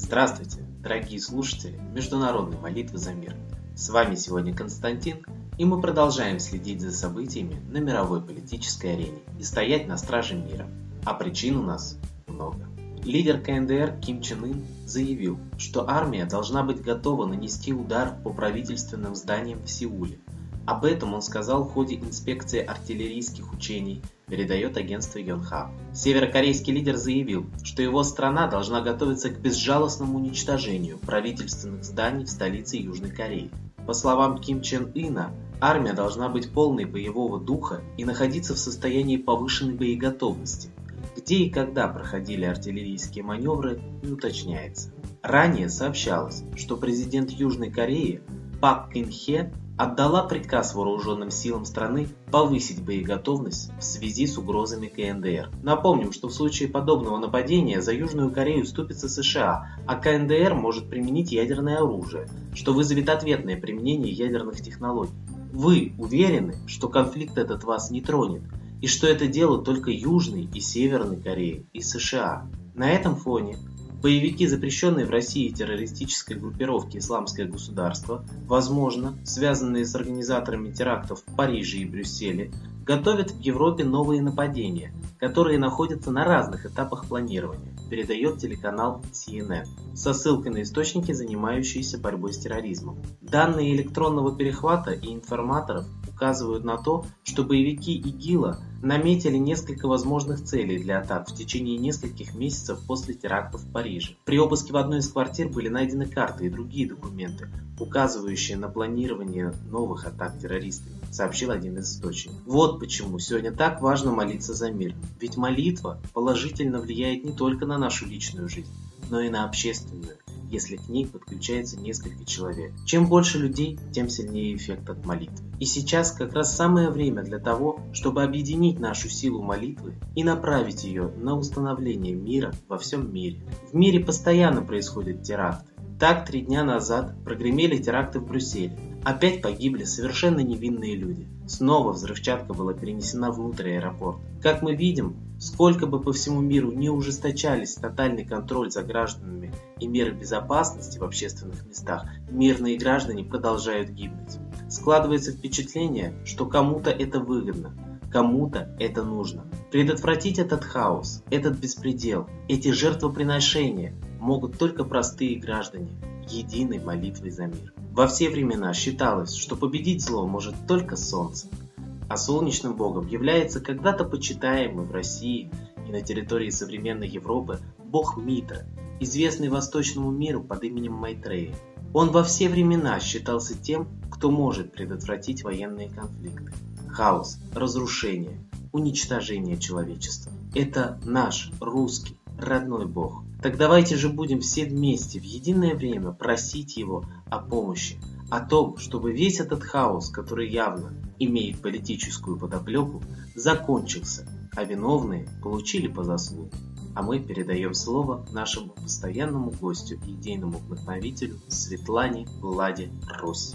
Здравствуйте, дорогие слушатели Международной молитвы за мир. С вами сегодня Константин, и мы продолжаем следить за событиями на мировой политической арене и стоять на страже мира. А причин у нас много. Лидер КНДР Ким Чен Ын заявил, что армия должна быть готова нанести удар по правительственным зданиям в Сеуле. Об этом он сказал в ходе инспекции артиллерийских учений, передает агентство Йонхап. Северокорейский лидер заявил, что его страна должна готовиться к безжалостному уничтожению правительственных зданий в столице Южной Кореи. По словам Ким Чен Ына, армия должна быть полной боевого духа и находиться в состоянии повышенной боеготовности. Где и когда проходили артиллерийские маневры, не уточняется. Ранее сообщалось, что президент Южной Кореи Пак Кын Хе отдала приказ вооруженным силам страны повысить боеготовность в связи с угрозами КНДР. Напомним, что в случае подобного нападения за Южную Корею вступится США, а КНДР может применить ядерное оружие, что вызовет ответное применение ядерных технологий. Вы уверены, что конфликт этот вас не тронет, и что это дело только Южной и Северной Кореи и США? На этом фоне боевики, запрещенные в России террористической группировки «Исламское государство», возможно, связанные с организаторами терактов в Париже и Брюсселе, готовят в Европе новые нападения, которые находятся на разных этапах планирования, передает телеканал CNN, со ссылкой на источники, занимающиеся борьбой с терроризмом. Данные электронного перехвата и информаторов указывают на то, что боевики ИГИЛа наметили несколько возможных целей для атак в течение нескольких месяцев после терактов в Париже. При обыске в одной из квартир были найдены карты и другие документы, указывающие на планирование новых атак террористов, сообщил один из источников. Вот почему сегодня так важно молиться за мир. Ведь молитва положительно влияет не только на нашу личную жизнь, но и на общественную, если к ней подключается несколько человек. Чем больше людей, тем сильнее эффект от молитвы. И сейчас как раз самое время для того, чтобы объединить нашу силу молитвы и направить ее на установление мира во всем мире. В мире постоянно происходят теракты. Так, 3 дня назад прогремели теракты в Брюсселе. Опять погибли совершенно невинные люди. Снова взрывчатка была перенесена внутрь аэропорта. Как мы видим, сколько бы по всему миру не ужесточались тотальный контроль за гражданами и меры безопасности в общественных местах, мирные граждане продолжают гибнуть. Складывается впечатление, что кому-то это выгодно, кому-то это нужно. Предотвратить этот хаос, этот беспредел, эти жертвоприношения могут только простые граждане, единой молитвой за мир. Во все времена считалось, что победить зло может только солнце, а солнечным богом является когда-то почитаемый в России и на территории современной Европы бог Митра, известный восточному миру под именем Майтрея. Он во все времена считался тем, кто может предотвратить военные конфликты, хаос, разрушение, уничтожение человечества. Это наш русский родной бог. Так давайте же будем все вместе в единое время просить его о помощи, о том, чтобы весь этот хаос, который явно имеет политическую подоплеку, закончился, а виновные получили по заслугам. А мы передаем слово нашему постоянному гостю и идейному вдохновителю Светлане Ладе Русь.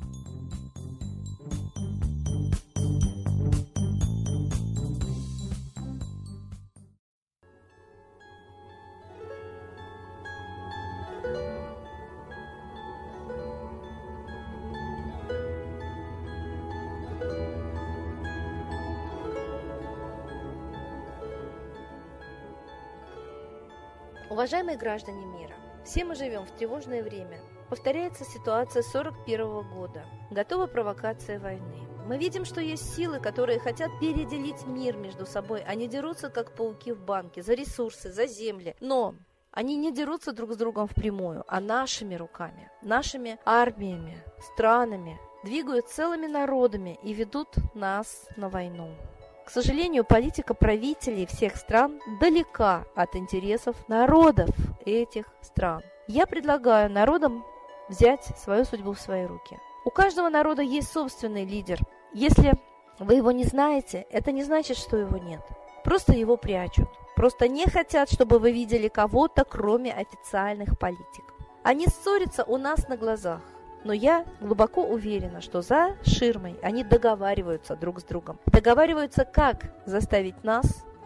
Уважаемые граждане мира, все мы живем в тревожное время. Повторяется ситуация 1941 года. Готова провокация войны. Мы видим, что есть силы, которые хотят переделить мир между собой. Они дерутся, как пауки в банке, за ресурсы, за земли. Но они не дерутся друг с другом впрямую, а нашими руками, нашими армиями, странами, двигают целыми народами и ведут нас на войну. К сожалению, политика правителей всех стран далека от интересов народов этих стран. Я предлагаю народам взять свою судьбу в свои руки. У каждого народа есть собственный лидер. Если вы его не знаете, это не значит, что его нет. Просто его прячут. Просто не хотят, чтобы вы видели кого-то, кроме официальных политиков. Они ссорятся у нас на глазах. Но я глубоко уверена, что за ширмой они договариваются друг с другом. Договариваются, как заставить нас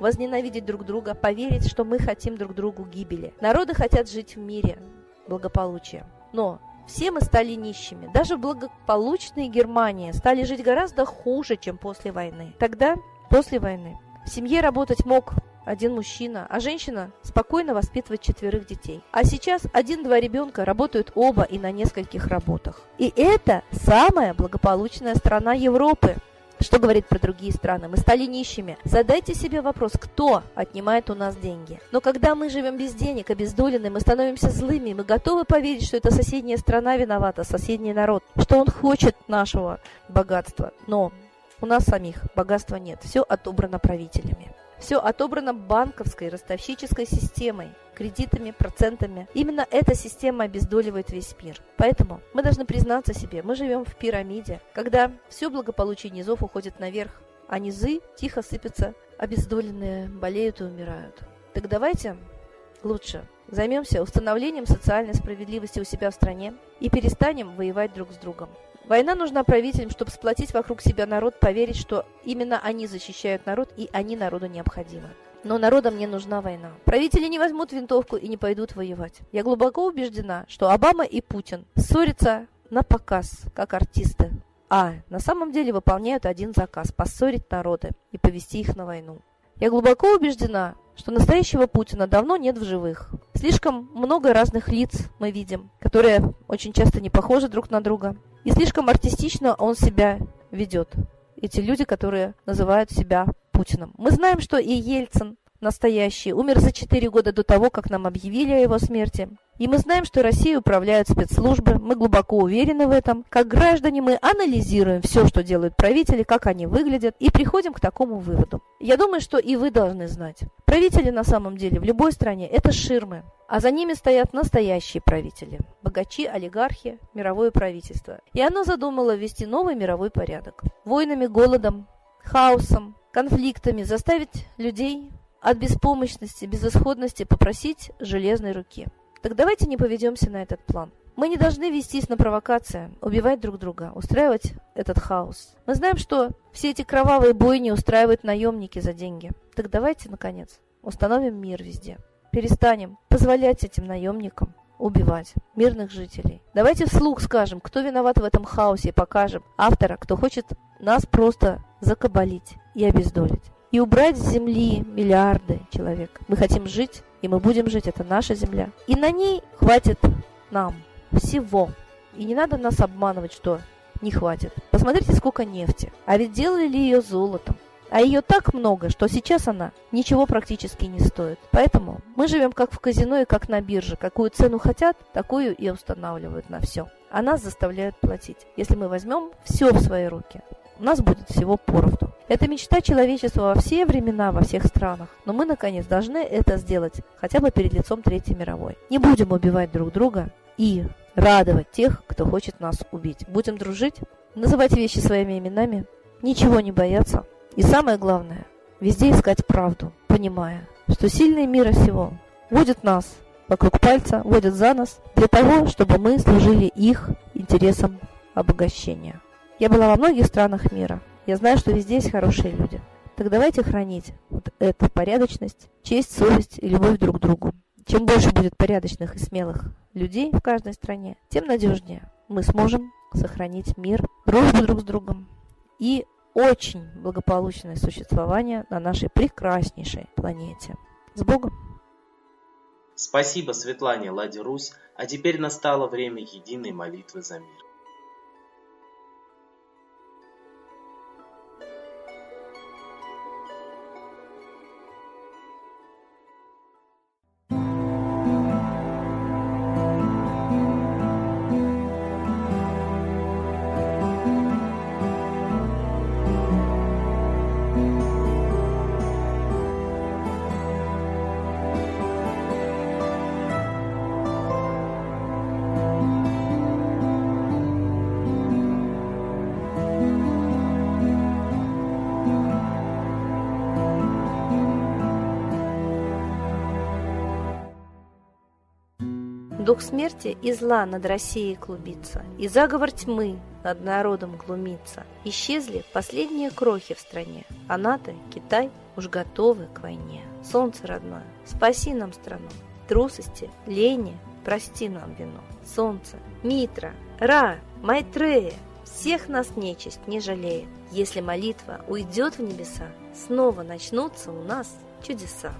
возненавидеть друг друга, поверить, что мы хотим друг другу гибели. Народы хотят жить в мире, благополучия. Но все мы стали нищими. Даже благополучные Германии стали жить гораздо хуже, чем после войны. Тогда, после войны, в семье работать мог один мужчина, а женщина спокойно воспитывать 4 детей. А сейчас 1-2 ребенка работают оба и на нескольких работах. И это самая благополучная страна Европы. Что говорит про другие страны? Мы стали нищими. Задайте себе вопрос, кто отнимает у нас деньги? Но когда мы живем без денег, обездолены, мы становимся злыми, мы готовы поверить, что это соседняя страна виновата, соседний народ, что он хочет нашего богатства. Но у нас самих богатства нет. Все отобрано правителями. Все отобрано банковской, ростовщической системой, кредитами, процентами. Именно эта система обездоливает весь мир. Поэтому мы должны признаться себе, мы живем в пирамиде, когда все благополучие низов уходит наверх, а низы тихо сыпятся, обездоленные болеют и умирают. Так давайте лучше займемся установлением социальной справедливости у себя в стране и перестанем воевать друг с другом. Война нужна правителям, чтобы сплотить вокруг себя народ, поверить, что именно они защищают народ и они народу необходимы. Но народам не нужна война. Правители не возьмут винтовку и не пойдут воевать. Я глубоко убеждена, что Обама и Путин ссорятся на показ, как артисты, а на самом деле выполняют один заказ – поссорить народы и повести их на войну. Я глубоко убеждена, что настоящего Путина давно нет в живых. Слишком много разных лиц мы видим, которые очень часто не похожи друг на друга. И слишком артистично он себя ведет. Эти люди, которые называют себя Путиным. Мы знаем, что и Ельцин настоящий умер за 4 года до того, как нам объявили о его смерти. И мы знаем, что Россией управляют спецслужбы. Мы глубоко уверены в этом. Как граждане мы анализируем все, что делают правители, как они выглядят, и приходим к такому выводу. Я думаю, что и вы должны знать. Правители на самом деле в любой стране – это ширмы. А за ними стоят настоящие правители. Богачи, олигархи, мировое правительство. И оно задумало ввести новый мировой порядок. Войнами, голодом, хаосом, конфликтами заставить людей от беспомощности, безысходности попросить железной руки. Так давайте не поведемся на этот план. Мы не должны вестись на провокации, убивать друг друга, устраивать этот хаос. Мы знаем, что все эти кровавые бойни устраивают наемники за деньги. Так давайте, наконец, установим мир везде. Перестанем позволять этим наемникам убивать мирных жителей. Давайте вслух скажем, кто виноват в этом хаосе, и покажем автора, кто хочет нас просто закабалить и обездолить. И убрать с земли миллиарды человек. Мы хотим жить, и мы будем жить. Это наша земля. И на ней хватит нам всего. И не надо нас обманывать, что не хватит. Посмотрите, сколько нефти. А ведь делали ли ее золотом? А ее так много, что сейчас она ничего практически не стоит. Поэтому мы живем как в казино и как на бирже. Какую цену хотят, такую и устанавливают на все. А нас заставляют платить. Если мы возьмем все в свои руки, у нас будет всего поровну. Это мечта человечества во все времена, во всех странах. Но мы, наконец, должны это сделать хотя бы перед лицом Третьей мировой. Не будем убивать друг друга и радовать тех, кто хочет нас убить. Будем дружить, называть вещи своими именами, ничего не бояться. И самое главное, везде искать правду, понимая, что сильные мира сего водят нас вокруг пальца, водят за нос, для того, чтобы мы служили их интересам обогащения. Я была во многих странах мира. Я знаю, что везде есть хорошие люди. Так давайте хранить вот эту порядочность, честь, совесть и любовь друг к другу. Чем больше будет порядочных и смелых людей в каждой стране, тем надежнее мы сможем сохранить мир, дружбу друг с другом и очень благополучное существование на нашей прекраснейшей планете. С Богом! Спасибо Светлане Ладе Русь, а теперь настало время единой молитвы за мир. Дух смерти и зла над Россией клубится, и заговор тьмы над народом глумится. Исчезли последние крохи в стране, а НАТО, Китай уж готовы к войне. Солнце родное, спаси нам страну, трусости, лени, прости нам вину. Солнце, Митра, Ра, Майтрея, всех нас нечисть не жалеет. Если молитва уйдет в небеса, снова начнутся у нас чудеса.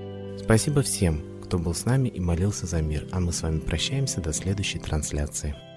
Спасибо всем, кто был с нами и молился за мир, а мы с вами прощаемся до следующей трансляции.